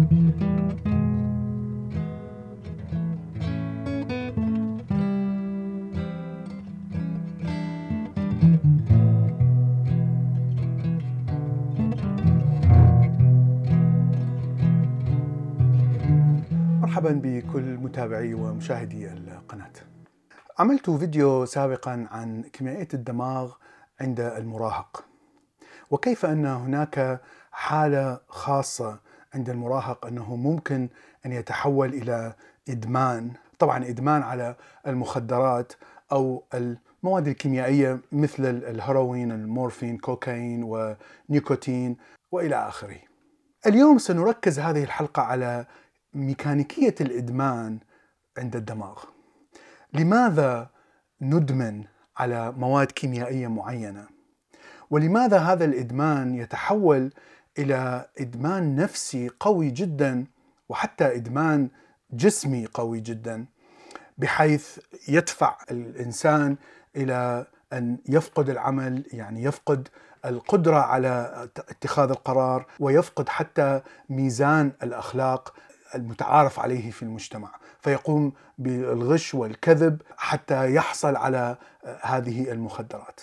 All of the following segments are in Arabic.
مرحبا بكل متابعي ومشاهدي القناة. عملت فيديو سابقا عن كيميائية الدماغ عند المراهق، وكيف أن هناك حالة خاصة عند المراهق أنه ممكن أن يتحول إلى إدمان، طبعا إدمان على المخدرات أو المواد الكيميائية مثل الهيروين، المورفين، كوكايين ونيكوتين وإلى آخره. اليوم سنركز هذه الحلقة على ميكانيكية الإدمان عند الدماغ. لماذا ندمن على مواد كيميائية معينة؟ ولماذا هذا الإدمان يتحول إلى إدمان نفسي قوي جدا، وحتى إدمان جسمي قوي جدا، بحيث يدفع الإنسان إلى أن يفقد العمل، يعني يفقد القدرة على اتخاذ القرار، ويفقد حتى ميزان الأخلاق المتعارف عليه في المجتمع، فيقوم بالغش والكذب حتى يحصل على هذه المخدرات.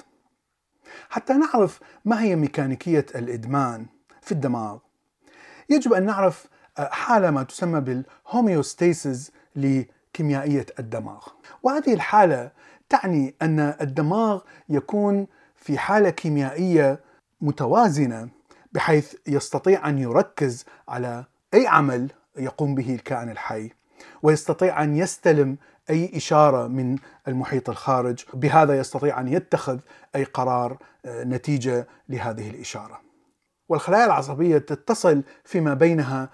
حتى نعرف ما هي ميكانيكية الإدمان في الدماغ، يجب أن نعرف حالة ما تسمى بالهوميوستاسيس لكيميائية الدماغ. وهذه الحالة تعني أن الدماغ يكون في حالة كيميائية متوازنة، بحيث يستطيع أن يركز على أي عمل يقوم به الكائن الحي، ويستطيع أن يستلم أي إشارة من المحيط الخارج، بهذا يستطيع أن يتخذ أي قرار نتيجة لهذه الإشارة. والخلايا العصبية تتصل فيما بينها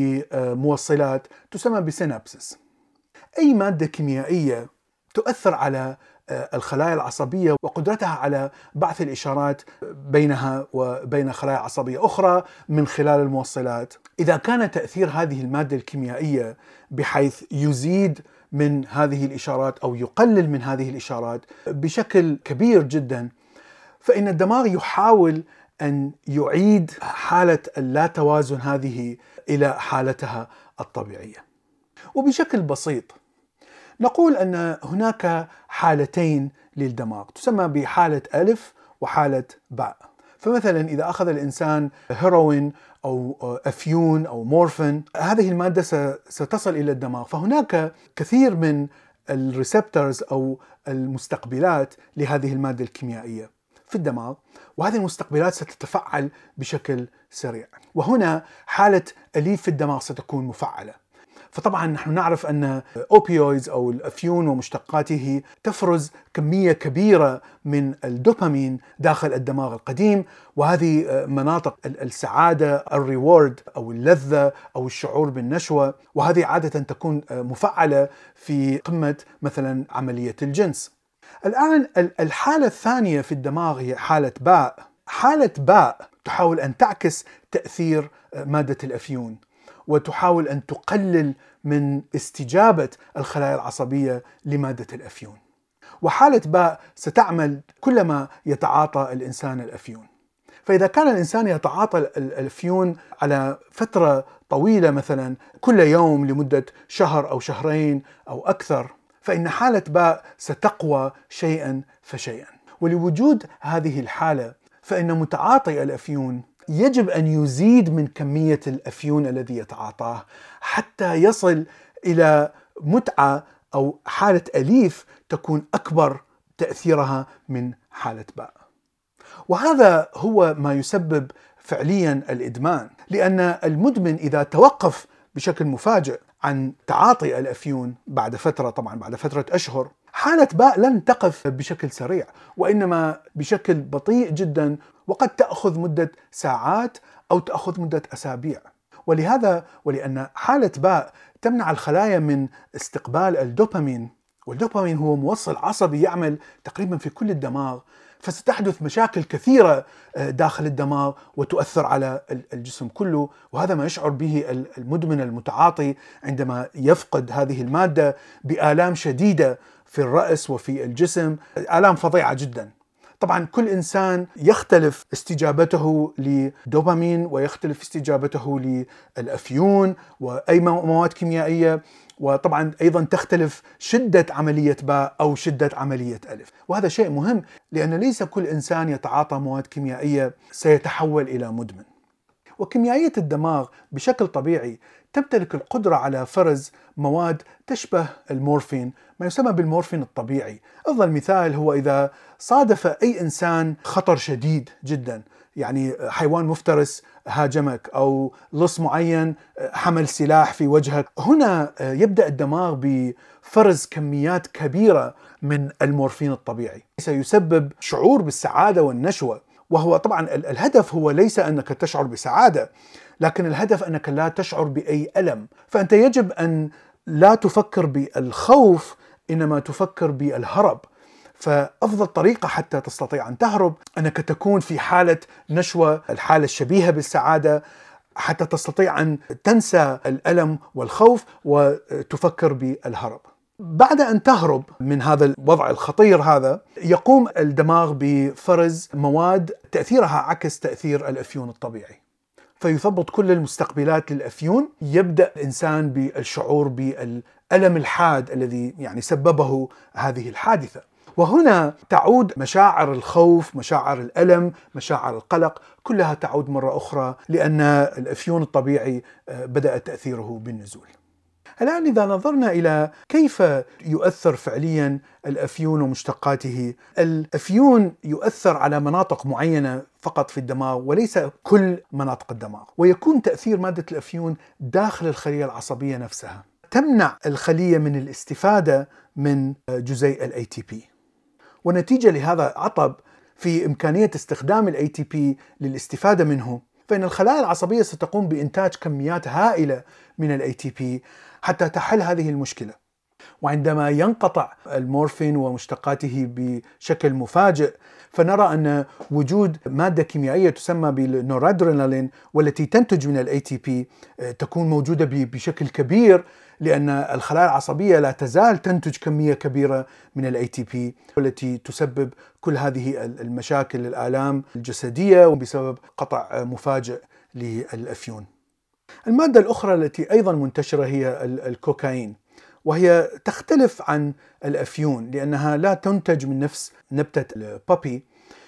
بموصلات تسمى بسينابسس. أي مادة كيميائية تؤثر على الخلايا العصبية وقدرتها على بعث الإشارات بينها وبين خلايا عصبية أخرى من خلال الموصلات. إذا كان تأثير هذه المادة الكيميائية بحيث يزيد من هذه الإشارات أو يقلل من هذه الإشارات بشكل كبير جدا، فإن الدماغ يحاول أن يعيد حالة اللا توازن هذه إلى حالتها الطبيعية. وبشكل بسيط نقول أن هناك حالتين للدماغ تسمى بحالة ألف وحالة باء. فمثلا إذا أخذ الإنسان هيروين أو أفيون أو مورفين، هذه المادة ستصل إلى الدماغ، فهناك كثير من الريسبتورز أو المستقبلات لهذه المادة الكيميائية في الدماغ، وهذه المستقبلات ستتفعل بشكل سريع، وهنا حالة أليف في الدماغ ستكون مفعلة. فطبعا نحن نعرف أن أوبيويدز أو الأفيون ومشتقاته تفرز كمية كبيرة من الدوبامين داخل الدماغ القديم، وهذه مناطق السعادة، الريورد أو اللذة أو الشعور بالنشوة، وهذه عادة تكون مفعلة في قمة مثلا عملية الجنس. الآن الحالة الثانية في الدماغ هي حالة باء. حالة باء تحاول أن تعكس تأثير مادة الأفيون، وتحاول أن تقلل من استجابة الخلايا العصبية لمادة الأفيون. وحالة باء ستعمل كلما يتعاطى الإنسان الأفيون. فإذا كان الإنسان يتعاطى الأفيون على فترة طويلة، مثلا كل يوم لمدة شهر أو شهرين أو أكثر، فإن حالة باء ستقوى شيئا فشيئا. ولوجود هذه الحالة فإن متعاطي الأفيون يجب أن يزيد من كمية الأفيون الذي يتعاطاه حتى يصل إلى متعة أو حالة أليف تكون أكبر تأثيرها من حالة باء. وهذا هو ما يسبب فعليا الإدمان، لأن المدمن إذا توقف بشكل مفاجئ عن تعاطي الأفيون بعد فترة، طبعا بعد فترة أشهر، حالة باء لن تقف بشكل سريع، وإنما بشكل بطيء جدا، وقد تأخذ مدة ساعات أو تأخذ مدة أسابيع. ولأن حالة باء تمنع الخلايا من استقبال الدوبامين، والدوبامين هو موصل عصبي يعمل تقريبا في كل الدماغ، فستحدث مشاكل كثيرة داخل الدماغ وتؤثر على الجسم كله. وهذا ما يشعر به المدمن المتعاطي عندما يفقد هذه المادة بآلام شديدة في الرأس وفي الجسم، آلام فظيعة جدا. طبعا كل إنسان يختلف استجابته للدوبامين ويختلف استجابته للأفيون وأي مواد كيميائية، وطبعا أيضا تختلف شدة عملية باء أو شدة عملية ألف، وهذا شيء مهم لأن ليس كل إنسان يتعاطى مواد كيميائية سيتحول إلى مدمن. وكيميائية الدماغ بشكل طبيعي تمتلك القدرة على فرز مواد تشبه المورفين، ما يسمى بالمورفين الطبيعي. أفضل مثال هو إذا صادف أي إنسان خطر شديد جدا، يعني حيوان مفترس هاجمك أو لص معين حمل سلاح في وجهك، هنا يبدأ الدماغ بفرز كميات كبيرة من المورفين الطبيعي، سيسبب شعور بالسعادة والنشوة. وهو طبعا الهدف هو ليس أنك تشعر بسعادة، لكن الهدف أنك لا تشعر بأي ألم. فأنت يجب أن لا تفكر بالخوف، إنما تفكر بالهرب. فأفضل طريقة حتى تستطيع أن تهرب أنك تكون في حالة نشوة، الحالة الشبيهة بالسعادة، حتى تستطيع أن تنسى الألم والخوف وتفكر بالهرب. بعد أن تهرب من هذا الوضع الخطير هذا، يقوم الدماغ بفرز مواد تأثيرها عكس تأثير الأفيون الطبيعي، فيثبط كل المستقبلات للأفيون. يبدأ الإنسان بالشعور بالألم الحاد الذي يعني سببه هذه الحادثة، وهنا تعود مشاعر الخوف، مشاعر الألم، مشاعر القلق، كلها تعود مرة أخرى لأن الأفيون الطبيعي بدأ تأثيره بالنزول. الآن إذا نظرنا إلى كيف يؤثر فعليا الأفيون ومشتقاته، الأفيون يؤثر على مناطق معينة فقط في الدماغ وليس كل مناطق الدماغ، ويكون تأثير مادة الأفيون داخل الخلية العصبية نفسها، تمنع الخلية من الاستفادة من جزيء ال ATP، ونتيجة لهذا عطب في إمكانية استخدام ال ATP للاستفادة منه، فإن الخلايا العصبية ستقوم بإنتاج كميات هائلة من ال ATP حتى تحل هذه المشكلة. وعندما ينقطع المورفين ومشتقاته بشكل مفاجئ، فنرى أن وجود مادة كيميائية تسمى بالنورادرينالين والتي تنتج من ال ATP تكون موجودة بشكل كبير، لأن الخلايا العصبية لا تزال تنتج كمية كبيرة من ال ATP والتي تسبب كل هذه المشاكل، الآلام الجسدية وبسبب قطع مفاجئ للأفيون. المادة الأخرى التي أيضا منتشرة هي الكوكايين، وهي تختلف عن الأفيون لأنها لا تنتج من نفس نبتة البابي،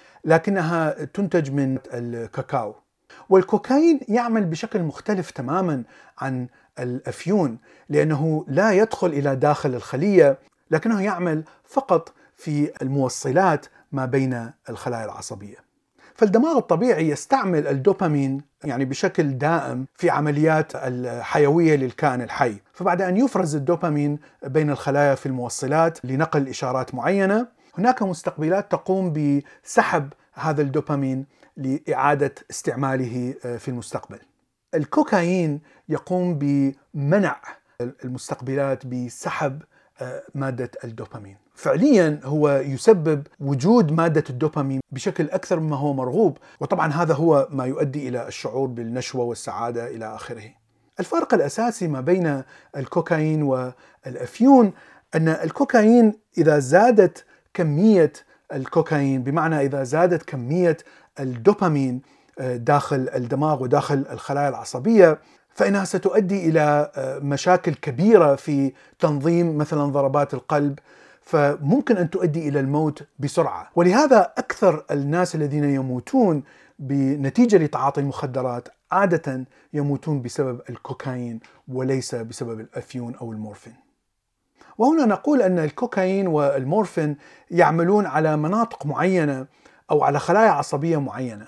لكنها تنتج من الكاكاو. والكوكايين يعمل بشكل مختلف تماما عن الأفيون لأنه لا يدخل إلى داخل الخلية، لكنه يعمل فقط في الموصلات ما بين الخلايا العصبية. فالدماغ الطبيعي يستعمل الدوبامين يعني بشكل دائم في عمليات الحيوية للكائن الحي، فبعد أن يفرز الدوبامين بين الخلايا في الموصلات لنقل إشارات معينة، هناك مستقبلات تقوم بسحب هذا الدوبامين لإعادة استعماله في المستقبل. الكوكايين يقوم بمنع المستقبلات بسحب مادة الدوبامين. فعليا هو يسبب وجود مادة الدوبامين بشكل أكثر مما هو مرغوب، وطبعا هذا هو ما يؤدي إلى الشعور بالنشوة والسعادة إلى آخره. الفرق الأساسي ما بين الكوكايين والأفيون أن الكوكايين إذا زادت كمية الكوكايين، بمعنى إذا زادت كمية الدوبامين داخل الدماغ وداخل الخلايا العصبية، فإنها ستؤدي إلى مشاكل كبيرة في تنظيم مثلا ضربات القلب، فممكن أن تؤدي إلى الموت بسرعة. ولهذا أكثر الناس الذين يموتون بنتيجة لتعاطي المخدرات عادة يموتون بسبب الكوكايين وليس بسبب الأفيون أو المورفين. وهنا نقول أن الكوكايين والمورفين يعملون على مناطق معينة أو على خلايا عصبية معينة،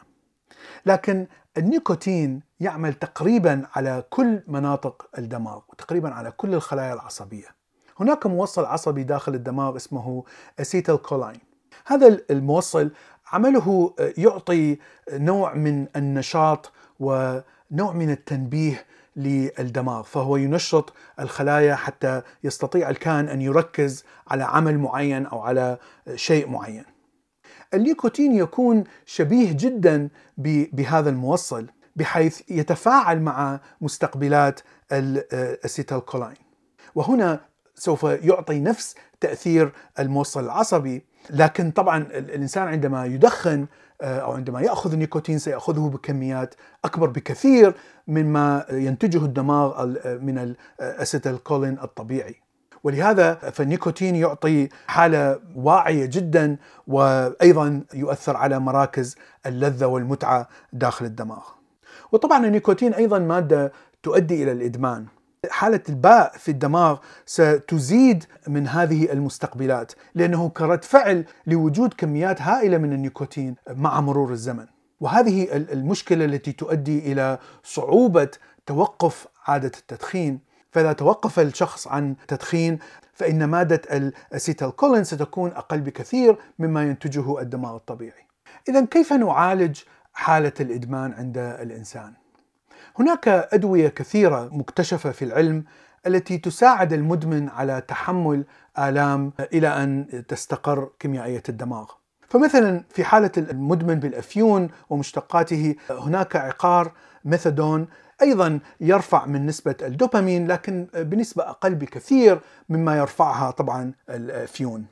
لكن النيكوتين يعمل تقريبا على كل مناطق الدماغ وتقريبا على كل الخلايا العصبية. هناك موصل عصبي داخل الدماغ اسمه أسيتيل كولاين. هذا الموصل عمله يعطي نوع من النشاط ونوع من التنبيه للدماغ، فهو ينشط الخلايا حتى يستطيع الكائن أن يركز على عمل معين أو على شيء معين. النيكوتين يكون شبيه جدا بهذا الموصل بحيث يتفاعل مع مستقبلات الأسيتيل كولاين، وهنا سوف يعطي نفس تأثير الموصل العصبي، لكن طبعا الإنسان عندما يدخن أو عندما يأخذ النيكوتين سيأخذه بكميات أكبر بكثير مما ينتجه الدماغ من الأسيتيلكولين الطبيعي. ولهذا فالنيكوتين يعطي حالة واعية جدا، وأيضا يؤثر على مراكز اللذة والمتعة داخل الدماغ. وطبعا النيكوتين أيضا مادة تؤدي إلى الإدمان. حالة الباء في الدماغ ستزيد من هذه المستقبلات، لأنه كرد فعل لوجود كميات هائلة من النيكوتين مع مرور الزمن. وهذه المشكلة التي تؤدي إلى صعوبة توقف عادة التدخين. فإذا توقف الشخص عن التدخين فإن مادة الأسيتيلكولين ستكون أقل بكثير مما ينتجه الدماغ الطبيعي. إذن كيف نعالج حالة الإدمان عند الإنسان؟ هناك أدوية كثيرة مكتشفة في العلم التي تساعد المدمن على تحمل آلام إلى أن تستقر كيميائية الدماغ. فمثلا في حالة المدمن بالأفيون ومشتقاته هناك عقار ميثادون أيضا يرفع من نسبة الدوبامين، لكن بنسبة أقل بكثير مما يرفعها طبعا الأفيون،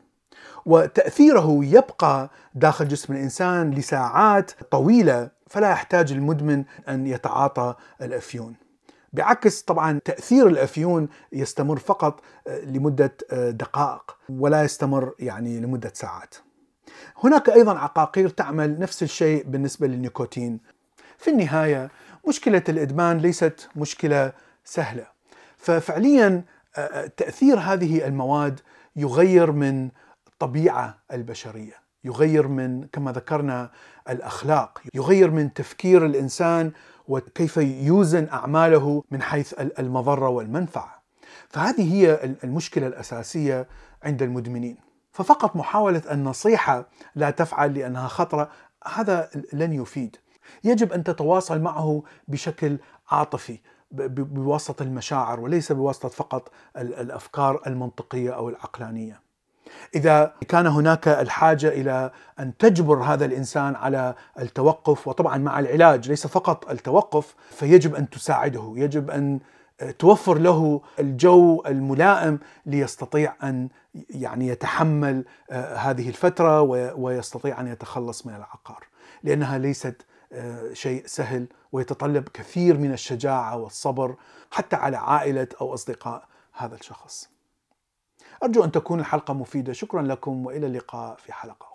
وتأثيره يبقى داخل جسم الإنسان لساعات طويلة، فلا يحتاج المدمن أن يتعاطى الأفيون. بعكس طبعا تأثير الأفيون يستمر فقط لمدة دقائق ولا يستمر لمدة ساعات. هناك أيضا عقاقير تعمل نفس الشيء بالنسبة للنيكوتين. في النهاية مشكلة الإدمان ليست مشكلة سهلة، ففعليا تأثير هذه المواد يغير من الطبيعة البشرية، يغير من كما ذكرنا الأخلاق، يغير من تفكير الإنسان وكيف يوزن أعماله من حيث المضرة والمنفعة. فهذه هي المشكلة الأساسية عند المدمنين. ففقط محاولة النصيحة لا تفعل لأنها خطرة هذا لن يفيد. يجب أن تتواصل معه بشكل عاطفي بواسطة المشاعر وليس بواسطة فقط الأفكار المنطقية أو العقلانية. إذا كان هناك الحاجة إلى أن تجبر هذا الإنسان على التوقف، وطبعا مع العلاج ليس فقط التوقف، فيجب أن تساعده، يجب أن توفر له الجو الملائم ليستطيع أن يتحمل هذه الفترة ويستطيع أن يتخلص من العقار، لأنها ليست شيء سهل ويتطلب كثير من الشجاعة والصبر حتى على عائلة أو أصدقاء هذا الشخص. أرجو أن تكون الحلقة مفيدة. شكرا لكم وإلى اللقاء في حلقة.